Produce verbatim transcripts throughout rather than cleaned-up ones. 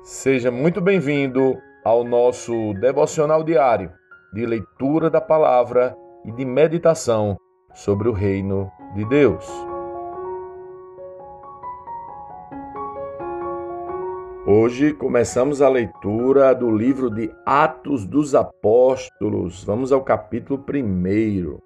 Seja muito bem-vindo ao nosso devocional diário de leitura da palavra e de meditação sobre o reino de Deus. Hoje começamos a leitura do livro de Atos dos Apóstolos. Vamos ao capítulo primeiro.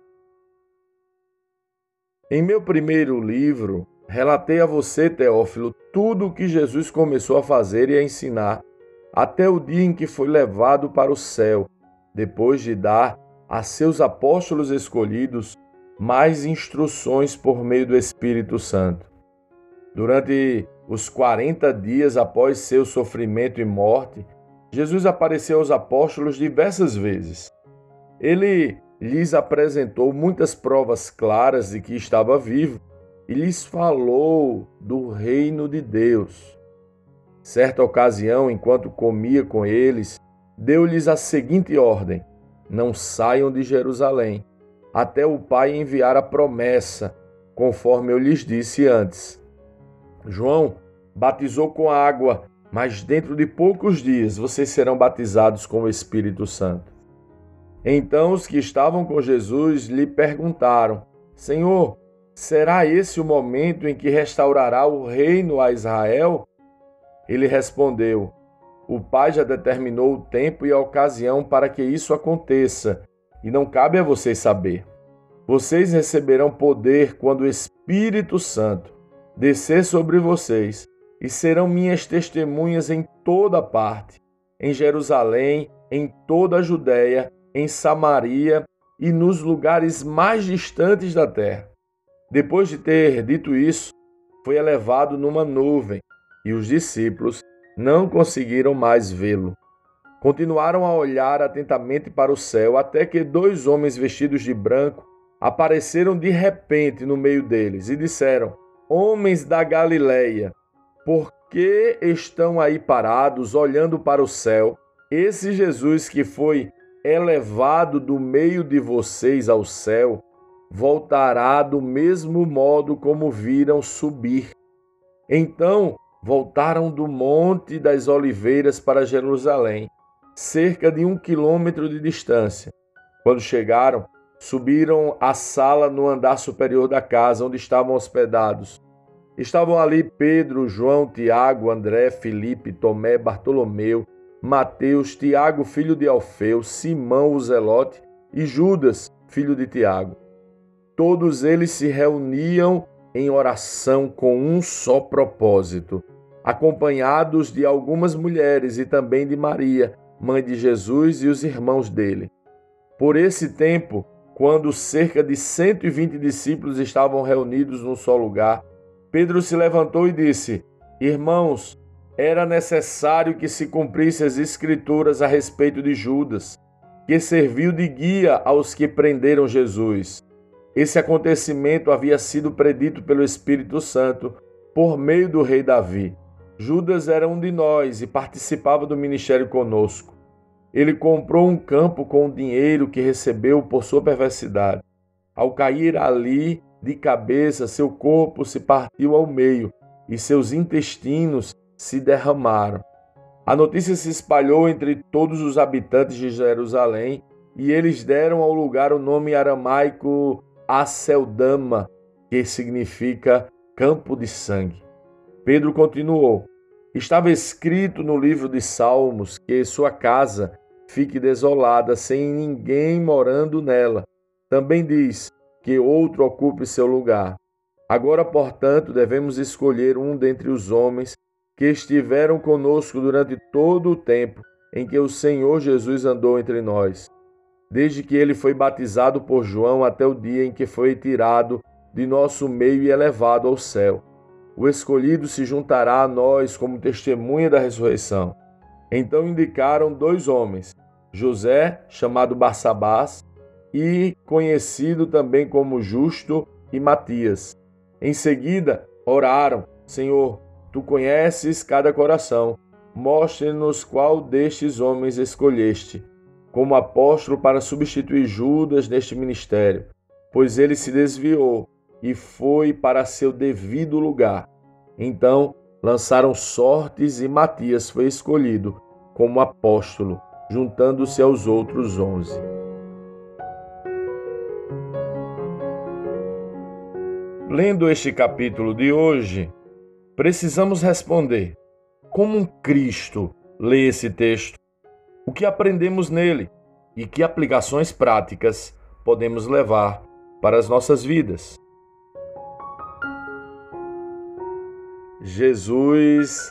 Em meu primeiro livro, relatei a você, Teófilo, tudo o que Jesus começou a fazer e a ensinar, até o dia em que foi levado para o céu, depois de dar a seus apóstolos escolhidos mais instruções por meio do Espírito Santo. Durante os quarenta dias após seu sofrimento e morte, Jesus apareceu aos apóstolos diversas vezes. Ele lhes apresentou muitas provas claras de que estava vivo e lhes falou do reino de Deus. Certa ocasião, enquanto comia com eles, deu-lhes a seguinte ordem: não saiam de Jerusalém, até o Pai enviar a promessa, conforme eu lhes disse antes. João batizou com água, mas dentro de poucos dias vocês serão batizados com o Espírito Santo. Então os que estavam com Jesus lhe perguntaram: Senhor, será esse o momento em que restaurará o reino a Israel? Ele respondeu: O Pai já determinou o tempo e a ocasião para que isso aconteça, e não cabe a vocês saber. Vocês receberão poder quando o Espírito Santo descer sobre vocês, e serão minhas testemunhas em toda parte, em Jerusalém, em toda a Judéia, em Samaria e nos lugares mais distantes da terra. Depois de ter dito isso, foi elevado numa nuvem, e os discípulos não conseguiram mais vê-lo. Continuaram a olhar atentamente para o céu, até que dois homens vestidos de branco apareceram de repente no meio deles e disseram: Homens da Galileia, por que estão aí parados, olhando para o céu? Esse Jesus que foi elevado do meio de vocês ao céu, voltará do mesmo modo como viram subir. Então voltaram do Monte das Oliveiras para Jerusalém, cerca de um quilômetro de distância. Quando chegaram, subiram à sala no andar superior da casa, onde estavam hospedados. Estavam ali Pedro, João, Tiago, André, Filipe, Tomé, Bartolomeu, Mateus, Tiago, filho de Alfeu, Simão, o Zelote, e Judas, filho de Tiago. Todos eles se reuniam em oração com um só propósito, acompanhados de algumas mulheres e também de Maria, mãe de Jesus, e os irmãos dele. Por esse tempo, quando cerca de cento e vinte discípulos estavam reunidos num só lugar, Pedro se levantou e disse: Irmãos, era necessário que se cumprissem as Escrituras a respeito de Judas, que serviu de guia aos que prenderam Jesus. Esse acontecimento havia sido predito pelo Espírito Santo por meio do rei Davi. Judas era um de nós e participava do ministério conosco. Ele comprou um campo com o dinheiro que recebeu por sua perversidade. Ao cair ali de cabeça, seu corpo se partiu ao meio e seus intestinos se derramaram. A notícia se espalhou entre todos os habitantes de Jerusalém e eles deram ao lugar o nome aramaico Aceldama, que significa campo de sangue. Pedro continuou: Estava escrito no livro de Salmos que sua casa fique desolada, sem ninguém morando nela. Também diz que outro ocupe seu lugar. Agora, portanto, devemos escolher um dentre os homens que estiveram conosco durante todo o tempo em que o Senhor Jesus andou entre nós, desde que ele foi batizado por João até o dia em que foi tirado de nosso meio e elevado ao céu. O escolhido se juntará a nós como testemunha da ressurreição. Então indicaram dois homens, José, chamado Barsabás, e conhecido também como Justo, e Matias. Em seguida, oraram: Senhor, Tu conheces cada coração. Mostre-nos qual destes homens escolheste como apóstolo para substituir Judas neste ministério, pois ele se desviou e foi para seu devido lugar. Então lançaram sortes e Matias foi escolhido como apóstolo, juntando-se aos outros onze. Lendo este capítulo de hoje, precisamos responder: como um Cristo lê esse texto? O que aprendemos nele e que aplicações práticas podemos levar para as nossas vidas? Jesus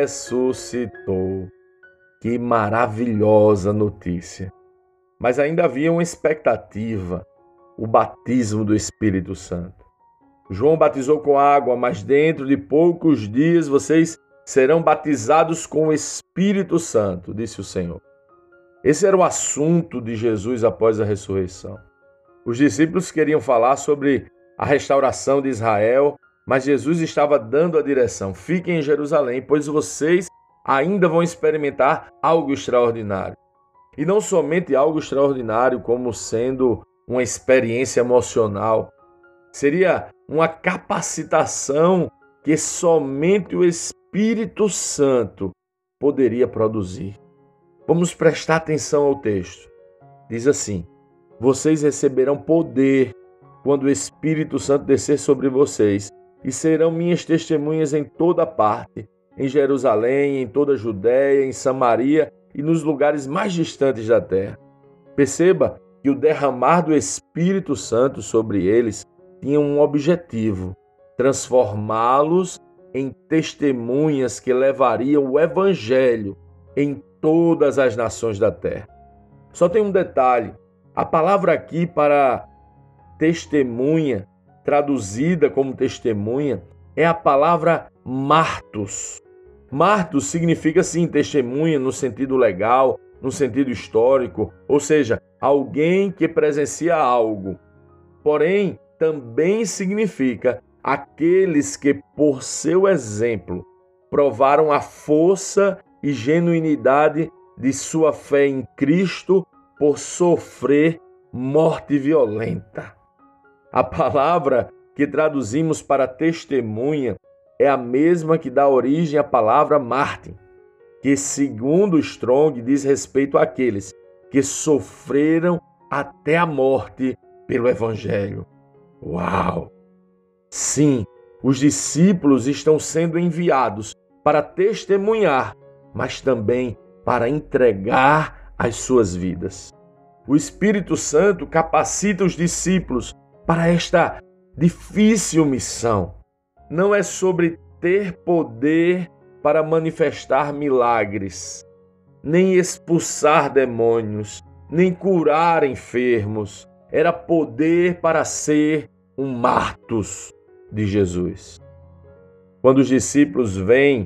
ressuscitou. Que maravilhosa notícia! Mas ainda havia uma expectativa: o batismo do Espírito Santo. João batizou com água, mas dentro de poucos dias vocês serão batizados com o Espírito Santo, disse o Senhor. Esse era o assunto de Jesus após a ressurreição. Os discípulos queriam falar sobre a restauração de Israel, mas Jesus estava dando a direção: fiquem em Jerusalém, pois vocês ainda vão experimentar algo extraordinário. E não somente algo extraordinário como sendo uma experiência emocional, seria uma capacitação que somente o Espírito Santo poderia produzir. Vamos prestar atenção ao texto. Diz assim: vocês receberão poder quando o Espírito Santo descer sobre vocês e serão minhas testemunhas em toda parte, em Jerusalém, em toda a Judéia, em Samaria e nos lugares mais distantes da terra. Perceba que o derramar do Espírito Santo sobre eles tinha um objetivo: transformá-los em testemunhas que levariam o Evangelho em todas as nações da terra. Só tem um detalhe: a palavra aqui para testemunha, traduzida como testemunha, é a palavra martos. Martos significa, sim, testemunha no sentido legal, no sentido histórico, ou seja, alguém que presencia algo. Porém, também significa aqueles que, por seu exemplo, provaram a força e genuinidade de sua fé em Cristo por sofrer morte violenta. A palavra que traduzimos para testemunha é a mesma que dá origem à palavra mártir, que, segundo Strong, diz respeito àqueles que sofreram até a morte pelo Evangelho. Uau! Sim, os discípulos estão sendo enviados para testemunhar, mas também para entregar as suas vidas. O Espírito Santo capacita os discípulos para esta difícil missão. Não é sobre ter poder para manifestar milagres, nem expulsar demônios, nem curar enfermos. Era poder para ser um martos de Jesus. Quando os discípulos veem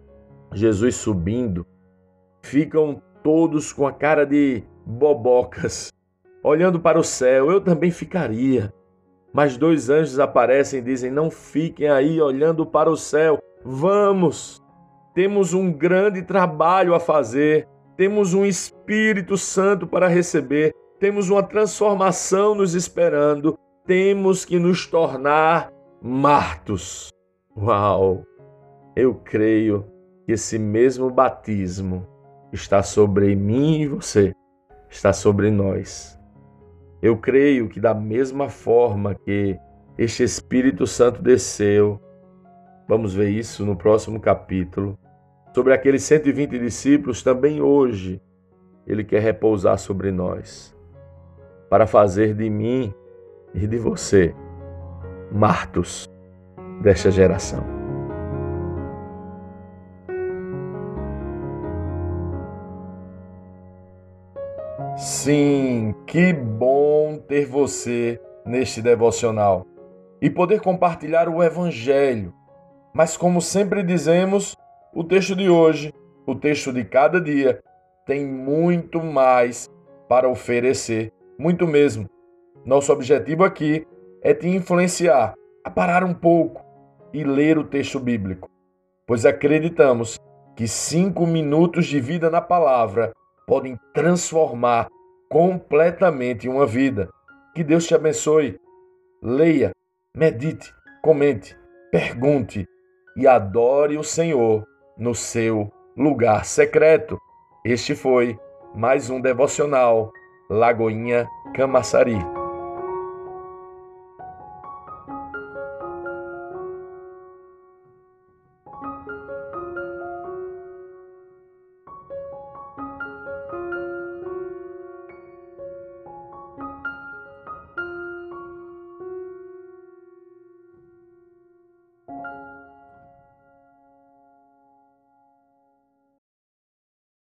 Jesus subindo, ficam todos com a cara de bobocas, olhando para o céu. Eu também ficaria. Mas dois anjos aparecem e dizem: não fiquem aí olhando para o céu. Vamos! Temos um grande trabalho a fazer. Temos um Espírito Santo para receber. Temos uma transformação nos esperando. Temos que nos tornar martos. Uau! Eu creio que esse mesmo batismo está sobre mim e você, está sobre nós. Eu creio que da mesma forma que este Espírito Santo desceu, vamos ver isso no próximo capítulo, sobre aqueles cento e vinte discípulos, também hoje Ele quer repousar sobre nós, para fazer de mim e de você martos desta geração. Sim, que bom ter você neste devocional e poder compartilhar o Evangelho. Mas como sempre dizemos, o texto de hoje, o texto de cada dia, tem muito mais para oferecer, muito mesmo. Nosso objetivo aqui é te influenciar a parar um pouco e ler o texto bíblico, pois acreditamos que cinco minutos de vida na palavra podem transformar completamente uma vida. Que Deus te abençoe. Leia, medite, comente, pergunte e adore o Senhor no seu lugar secreto. Este foi mais um devocional Lagoinha Camaçari.